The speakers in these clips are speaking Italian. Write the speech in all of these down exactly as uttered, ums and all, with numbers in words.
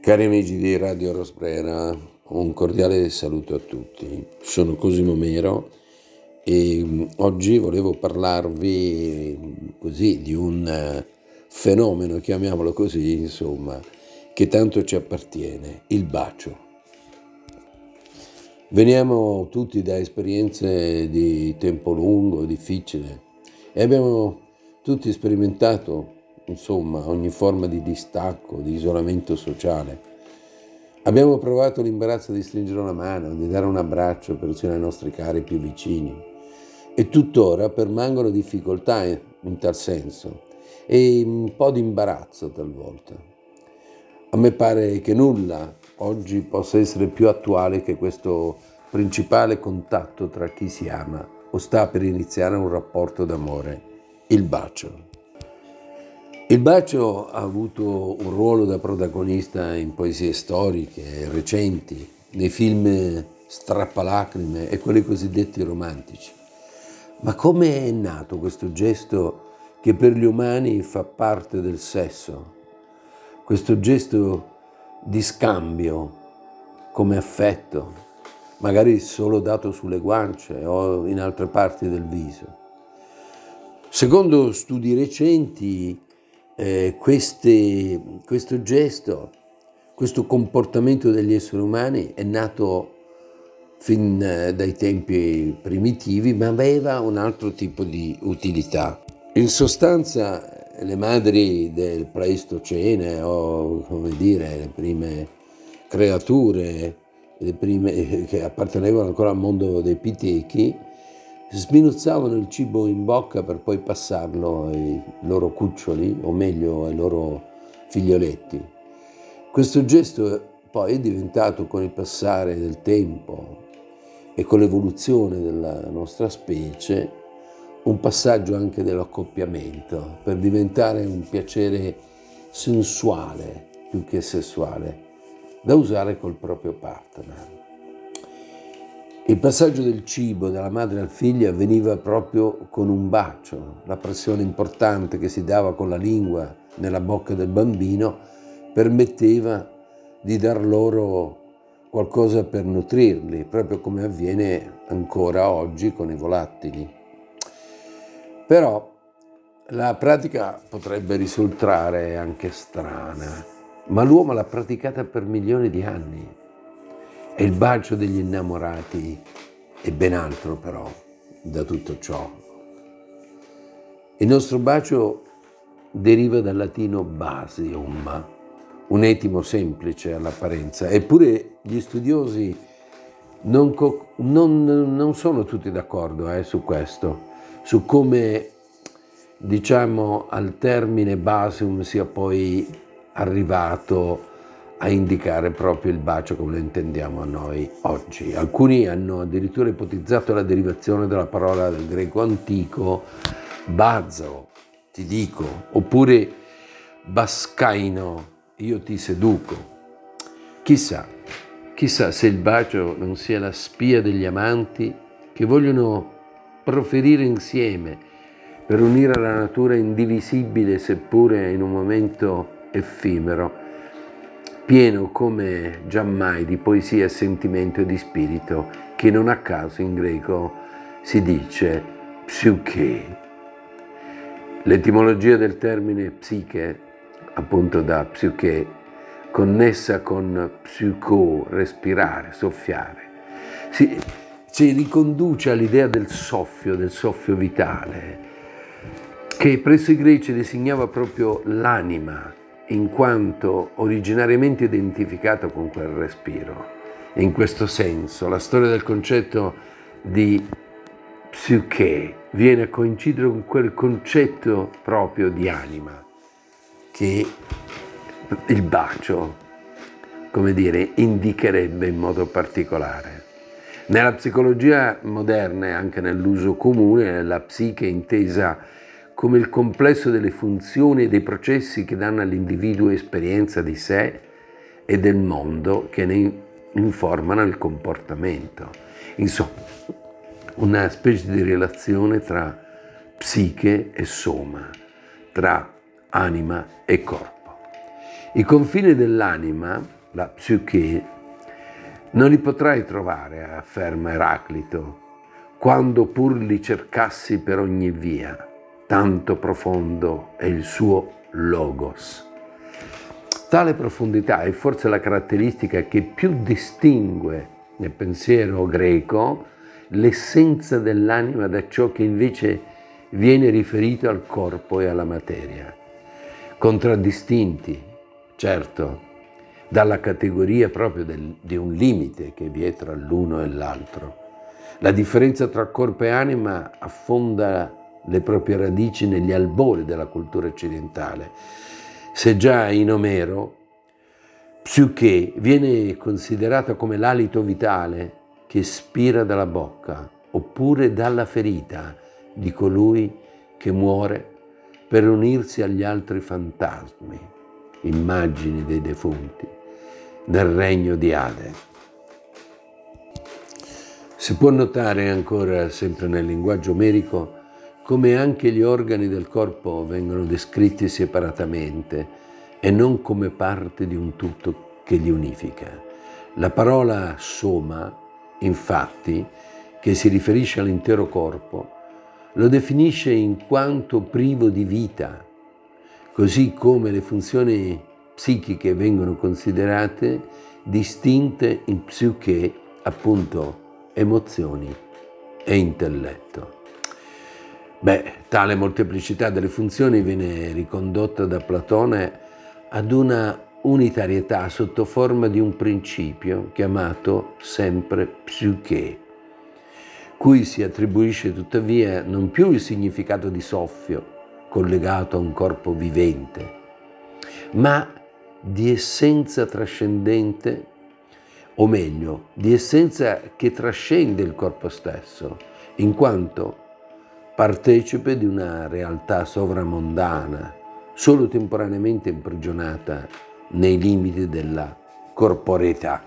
Cari amici di Radio Rosbrera, un cordiale saluto a tutti. Sono Cosimo Mero e oggi volevo parlarvi così di un fenomeno, chiamiamolo così, insomma, che tanto ci appartiene, il bacio. Veniamo tutti da esperienze di tempo lungo, difficile, e abbiamo tutti sperimentato, insomma, ogni forma di distacco, di isolamento sociale. Abbiamo provato l'imbarazzo di stringere una mano, di dare un abbraccio persino ai nostri cari più vicini, e tuttora permangono difficoltà in tal senso e un po' di imbarazzo talvolta. A me pare che nulla oggi possa essere più attuale che questo principale contatto tra chi si ama o sta per iniziare un rapporto d'amore, il bacio. Il bacio ha avuto un ruolo da protagonista in poesie storiche recenti, nei film strappalacrime e quelli cosiddetti romantici. Ma come è nato questo gesto che per gli umani fa parte del sesso? Questo gesto di scambio come affetto, magari solo dato sulle guance o in altre parti del viso. Secondo studi recenti, eh, queste, questo gesto, questo comportamento degli esseri umani è nato fin dai tempi primitivi, ma aveva un altro tipo di utilità. In sostanza, le madri del Pleistocene, o come dire, le prime creature, le prime che appartenevano ancora al mondo dei Pitechi, sminuzzavano il cibo in bocca per poi passarlo ai loro cuccioli, o meglio ai loro figlioletti. Questo gesto poi è diventato, con il passare del tempo e con l'evoluzione della nostra specie, un passaggio anche dell'accoppiamento per diventare un piacere sensuale più che sessuale, da usare col proprio partner. Il passaggio del cibo dalla madre al figlio avveniva proprio con un bacio, la pressione importante che si dava con la lingua nella bocca del bambino permetteva di dar loro qualcosa per nutrirli, proprio come avviene ancora oggi con i volatili. Però la pratica potrebbe risultare anche strana, ma l'uomo l'ha praticata per milioni di anni. E il bacio degli innamorati è ben altro però da tutto ciò. Il nostro bacio deriva dal latino basium, un etimo semplice all'apparenza, eppure gli studiosi non, co- non, non sono tutti d'accordo eh, su questo, su come, diciamo, al termine basium sia poi arrivato a indicare proprio il bacio come lo intendiamo noi oggi. Alcuni hanno addirittura ipotizzato la derivazione della parola del greco antico bazo, ti dico, oppure bascaino, io ti seduco. Chissà, chissà se il bacio non sia la spia degli amanti che vogliono proferire insieme per unire la natura indivisibile, seppure in un momento effimero, pieno come giammai di poesia, sentimento e di spirito, che non a caso in greco si dice psyche. L'etimologia del termine psiche, appunto da psyche, connessa con psycho, respirare, soffiare, si, si riconduce all'idea del soffio, del soffio vitale, che presso i greci designava proprio l'anima, in quanto originariamente identificato con quel respiro. E in questo senso la storia del concetto di psyche viene a coincidere con quel concetto proprio di anima che il bacio, come dire, indicherebbe in modo particolare. Nella psicologia moderna e anche nell'uso comune, la psiche è intesa come il complesso delle funzioni e dei processi che danno all'individuo esperienza di sé e del mondo, che ne informano il comportamento. Insomma, una specie di relazione tra psiche e soma, tra anima e corpo. I confini dell'anima la psiche, non li potrai trovare, afferma Eraclito, quando pur li cercassi per ogni via, tanto profondo è il suo logos. Tale profondità è forse la caratteristica che più distingue nel pensiero greco l'essenza dell'anima da ciò che invece viene riferito al corpo e alla materia, contraddistinti, certo, dalla categoria proprio del, di un limite che vi è tra l'uno e l'altro. La differenza tra corpo e anima affonda le proprie radici negli albori della cultura occidentale. Se già in Omero psiche viene considerata come l'alito vitale che spira dalla bocca, oppure dalla ferita di colui che muore per unirsi agli altri fantasmi, immagini dei defunti, nel regno di Ade. Si può notare ancora, sempre nel linguaggio omerico, come anche gli organi del corpo vengono descritti separatamente e non come parte di un tutto che li unifica. La parola soma, infatti, che si riferisce all'intero corpo, lo definisce in quanto privo di vita, così come le funzioni psichiche vengono considerate distinte in psiche, appunto, emozioni e intelletto. Beh, tale molteplicità delle funzioni viene ricondotta da Platone ad una unitarietà sotto forma di un principio chiamato sempre psiche, cui si attribuisce tuttavia non più il significato di soffio collegato a un corpo vivente, ma di essenza trascendente, o meglio, di essenza che trascende il corpo stesso, in quanto partecipe di una realtà sovramondana, solo temporaneamente imprigionata nei limiti della corporeità.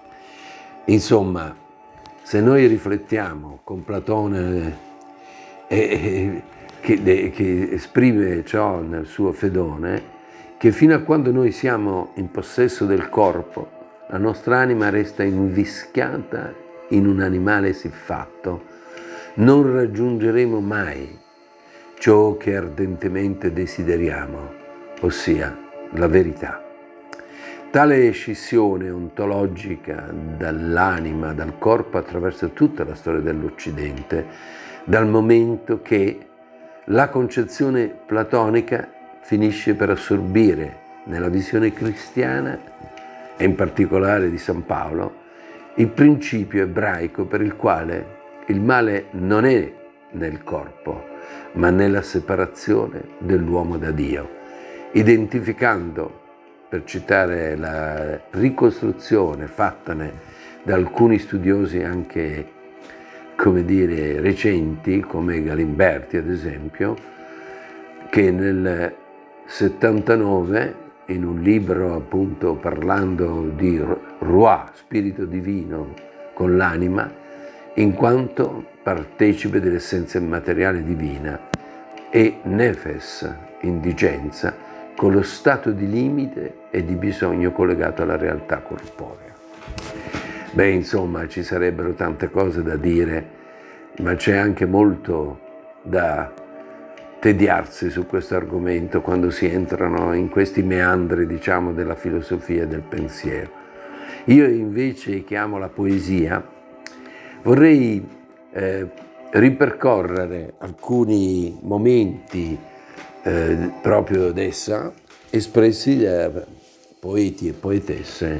Insomma, se noi riflettiamo con Platone eh, eh, che, de, che esprime ciò nel suo Fedone, che fino a quando noi siamo in possesso del corpo, la nostra anima resta invischiata in un animale siffatto, non raggiungeremo mai ciò che ardentemente desideriamo, ossia la verità. Tale scissione ontologica dall'anima, dal corpo, attraversa tutta la storia dell'Occidente, dal momento che la concezione platonica finisce per assorbire nella visione cristiana, e in particolare di San Paolo, il principio ebraico per il quale il male non è nel corpo, ma nella separazione dell'uomo da Dio, identificando, per citare la ricostruzione fattane da alcuni studiosi anche, come dire, recenti, come Galimberti ad esempio, che nel settantanove, in un libro appunto parlando di Ruah, spirito divino con l'anima, in quanto partecipe dell'essenza immateriale divina, e Nefes, indigenza, con lo stato di limite e di bisogno collegato alla realtà corporea. Beh, insomma, ci sarebbero tante cose da dire, ma c'è anche molto da tediarsi su questo argomento quando si entrano in questi meandri, diciamo, della filosofia e del pensiero. Io invece, che amo la poesia, vorrei eh, ripercorrere alcuni momenti eh, proprio d'essa, espressi da poeti e poetesse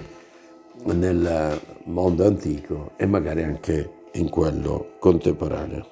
nel mondo antico e magari anche in quello contemporaneo.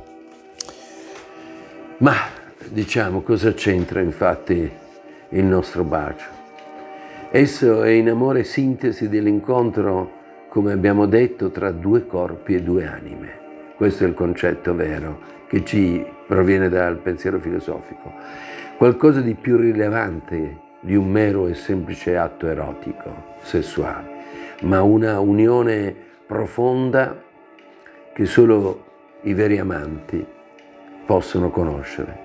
Ma diciamo, cosa c'entra infatti il nostro bacio? Esso è in amore sintesi dell'incontro, come abbiamo detto, tra due corpi e due anime. Questo è il concetto vero che ci proviene dal pensiero filosofico. Qualcosa di più rilevante di un mero e semplice atto erotico, sessuale, ma una unione profonda che solo i veri amanti possono conoscere.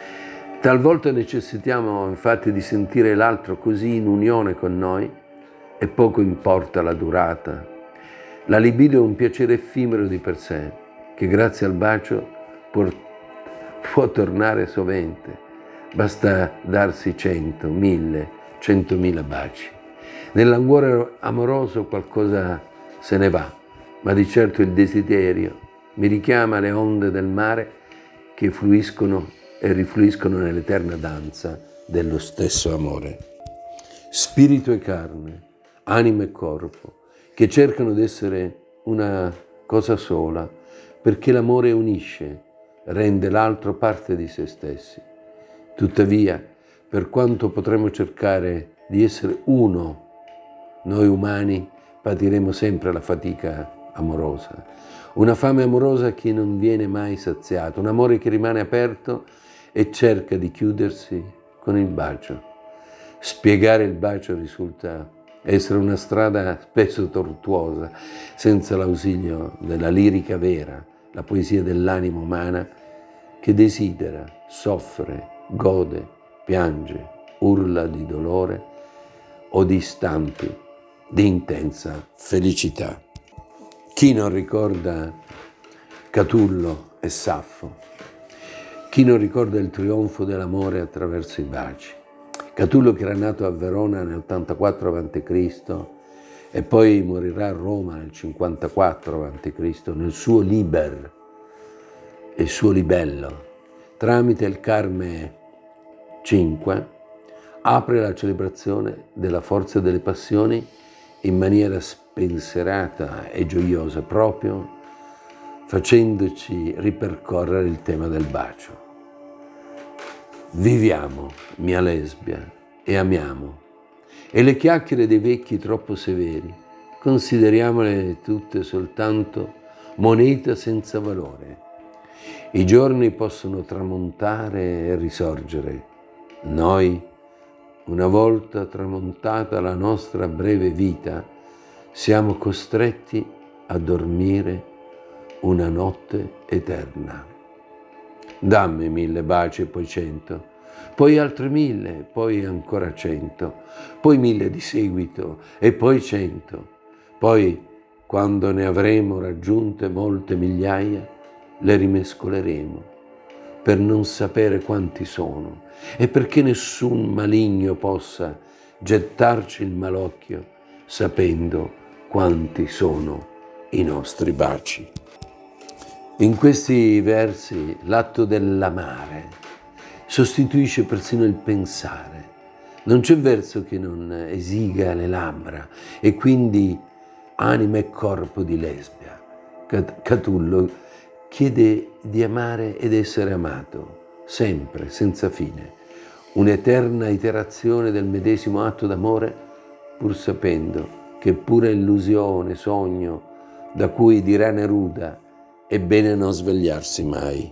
Talvolta necessitiamo infatti di sentire l'altro così in unione con noi e poco importa la durata. La libido è un piacere effimero di per sé, che grazie al bacio può, può tornare sovente. Basta darsi cento, mille, centomila baci. Nell'anguore amoroso qualcosa se ne va, ma di certo il desiderio mi richiama le onde del mare che fluiscono e rifluiscono nell'eterna danza dello stesso amore. Spirito e carne, anima e corpo, che cercano di essere una cosa sola, perché l'amore unisce, rende l'altro parte di se stessi. Tuttavia, per quanto potremo cercare di essere uno, noi umani patiremo sempre la fatica amorosa, una fame amorosa che non viene mai saziata, un amore che rimane aperto e cerca di chiudersi con il bacio. Spiegare il bacio risulta essere una strada spesso tortuosa, senza l'ausilio della lirica vera, la poesia dell'anima umana che desidera, soffre, gode, piange, urla di dolore o di stampi di intensa felicità. Chi non ricorda Catullo e Saffo? Chi non ricorda il trionfo dell'amore attraverso i baci? Catullo, che era nato a Verona nel ottantaquattro avanti Cristo e poi morirà a Roma nel cinquantaquattro avanti Cristo, nel suo Liber, il suo libello, tramite il Carme cinque, apre la celebrazione della forza delle passioni in maniera spensierata e gioiosa, proprio facendoci ripercorrere il tema del bacio. Viviamo, mia lesbia, e amiamo. E le chiacchiere dei vecchi troppo severi, consideriamole tutte soltanto moneta senza valore. I giorni possono tramontare e risorgere. Noi, una volta tramontata la nostra breve vita, siamo costretti a dormire una notte eterna. Dammi mille baci e poi cento, poi altri mille, poi ancora cento, poi mille di seguito e poi cento. Poi, quando ne avremo raggiunte molte migliaia, le rimescoleremo per non sapere quanti sono e perché nessun maligno possa gettarci il malocchio sapendo quanti sono i nostri baci. In questi versi l'atto dell'amare sostituisce persino il pensare. Non c'è verso che non esiga le labbra e quindi anima e corpo di lesbia. Catullo chiede di amare ed essere amato, sempre, senza fine. Un'eterna iterazione del medesimo atto d'amore, pur sapendo che pura illusione, sogno, da cui dirà Neruda, è bene non svegliarsi mai.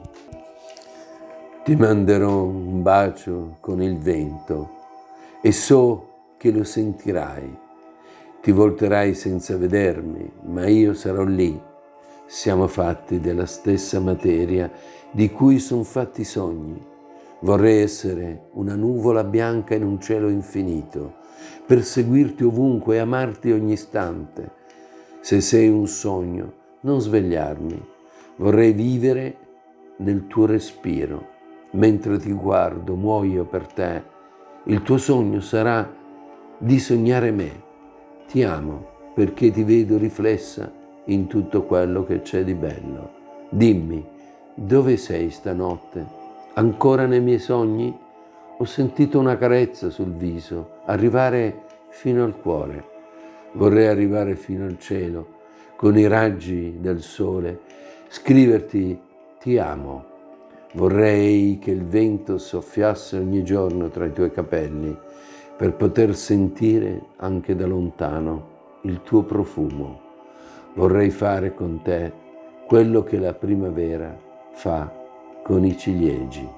Ti manderò un bacio con il vento e so che lo sentirai. Ti volterai senza vedermi, ma io sarò lì. Siamo fatti della stessa materia di cui sono fatti i sogni. Vorrei essere una nuvola bianca in un cielo infinito, per seguirti ovunque e amarti ogni istante. Se sei un sogno, non svegliarmi. Vorrei vivere nel tuo respiro. Mentre ti guardo, muoio per te. Il tuo sogno sarà di sognare me. Ti amo perché ti vedo riflessa in tutto quello che c'è di bello. Dimmi, dove sei stanotte? Ancora nei miei sogni? Ho sentito una carezza sul viso, arrivare fino al cuore. Vorrei arrivare fino al cielo, con i raggi del sole, scriverti ti amo. Vorrei che il vento soffiasse ogni giorno tra i tuoi capelli, per poter sentire anche da lontano il tuo profumo. Vorrei fare con te quello che la primavera fa con i ciliegi.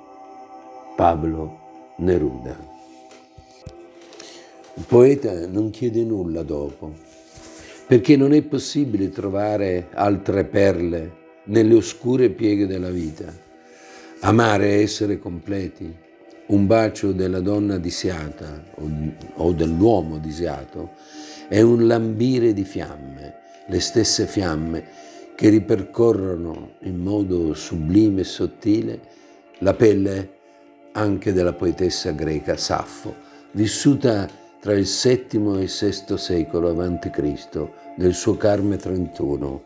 Pablo Neruda. Il poeta non chiede nulla dopo, perché non è possibile trovare altre perle nelle oscure pieghe della vita. Amare e essere completi Un bacio della donna disiata o dell'uomo disiato è un lambire di fiamme, le stesse fiamme che ripercorrono in modo sublime e sottile la pelle anche della poetessa greca Saffo, vissuta tra il settimo e il sesto secolo avanti Cristo, nel suo Carme trentuno.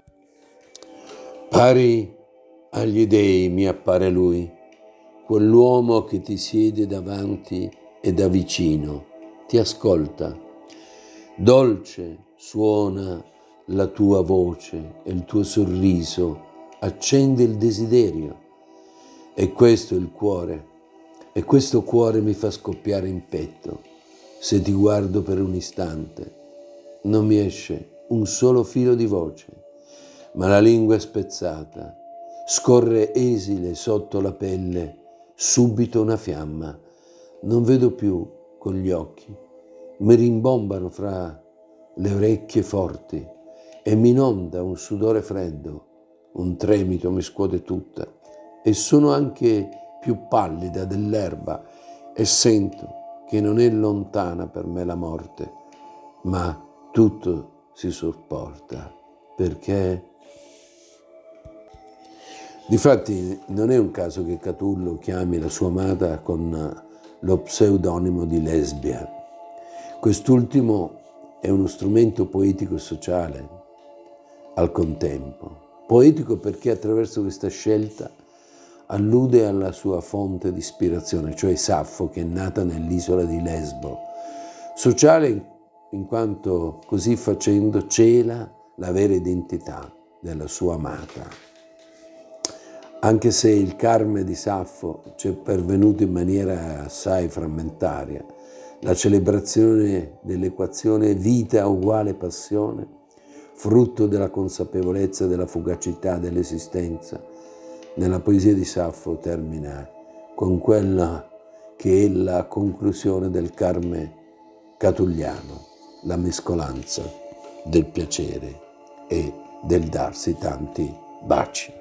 Pari agli dei mi appare lui, quell'uomo che ti siede davanti e da vicino, ti ascolta. Dolce suona la tua voce e il tuo sorriso accende il desiderio. E questo è il cuore, e questo cuore mi fa scoppiare in petto. Se ti guardo per un istante, non mi esce un solo filo di voce, ma la lingua è spezzata, scorre esile sotto la pelle, subito una fiamma. Non vedo più con gli occhi, mi rimbombano fra le orecchie forti e mi inonda un sudore freddo, un tremito mi scuote tutta e sono anche più pallida dell'erba e sento che non è lontana per me la morte, ma tutto si sopporta perché... Difatti non è un caso che Catullo chiami la sua amata con lo pseudonimo di lesbia. Quest'ultimo è uno strumento poetico e sociale al contempo. Poetico perché attraverso questa scelta allude alla sua fonte di ispirazione, cioè Saffo, che è nata nell'isola di Lesbo. Sociale in quanto così facendo cela la vera identità della sua amata. Anche se il Carme di Saffo ci è pervenuto in maniera assai frammentaria, la celebrazione dell'equazione vita uguale passione, frutto della consapevolezza della fugacità dell'esistenza, nella poesia di Saffo termina con quella che è la conclusione del Carme catulliano, la mescolanza del piacere e del darsi tanti baci.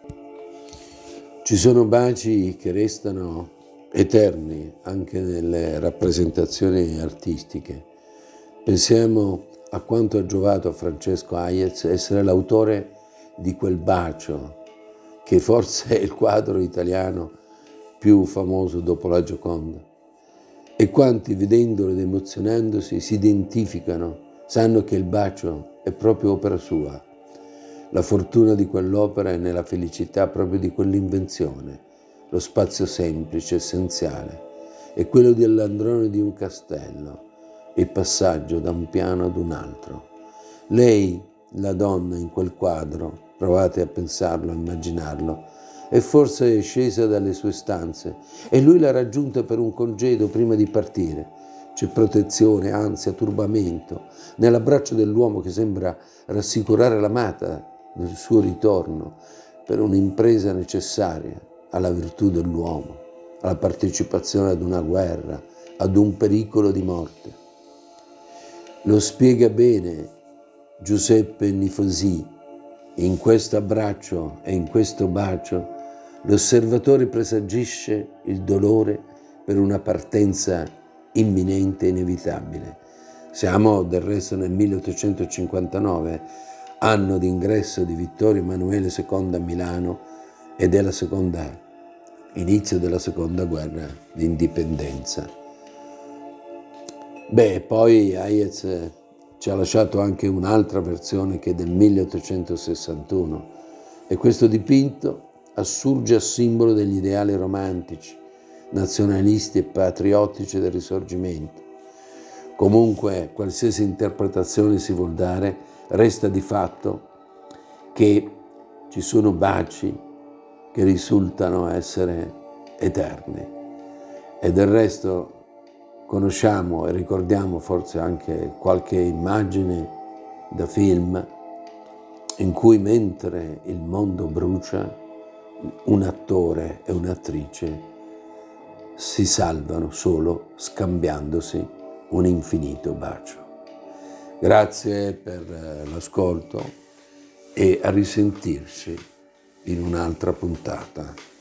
Ci sono baci che restano eterni anche nelle rappresentazioni artistiche. Pensiamo a quanto ha giovato a Francesco Hayez essere l'autore di quel bacio, che forse è il quadro italiano più famoso dopo la Gioconda. E quanti, vedendolo ed emozionandosi, si identificano, sanno che il bacio è proprio opera sua. La fortuna di quell'opera è nella felicità proprio di quell'invenzione. Lo spazio semplice, essenziale, è quello dell'androne di un castello, il passaggio da un piano ad un altro. Lei, la donna in quel quadro, provate a pensarlo, a immaginarlo, è forse scesa dalle sue stanze e lui l'ha raggiunta per un congedo prima di partire. C'è protezione, ansia, turbamento nell'abbraccio dell'uomo che sembra rassicurare l'amata nel suo ritorno per un'impresa necessaria alla virtù dell'uomo, alla partecipazione ad una guerra, ad un pericolo di morte. Lo spiega bene Giuseppe Nifosi. In questo abbraccio e in questo bacio l'osservatore presagisce il dolore per una partenza imminente e inevitabile. Siamo del resto nel milleottocentocinquantanove, anno d'ingresso di Vittorio Emanuele secondo a Milano e della seconda, inizio della seconda guerra d'indipendenza. Beh, poi Hayez ci ha lasciato anche un'altra versione che è del milleottocentosessantuno e questo dipinto assurge a simbolo degli ideali romantici, nazionalisti e patriottici del Risorgimento. Comunque, qualsiasi interpretazione si vuol dare, resta di fatto che ci sono baci che risultano essere eterni. E del resto conosciamo e ricordiamo forse anche qualche immagine da film in cui mentre il mondo brucia, un attore e un'attrice si salvano solo scambiandosi un infinito bacio. Grazie per l'ascolto e a risentirci in un'altra puntata.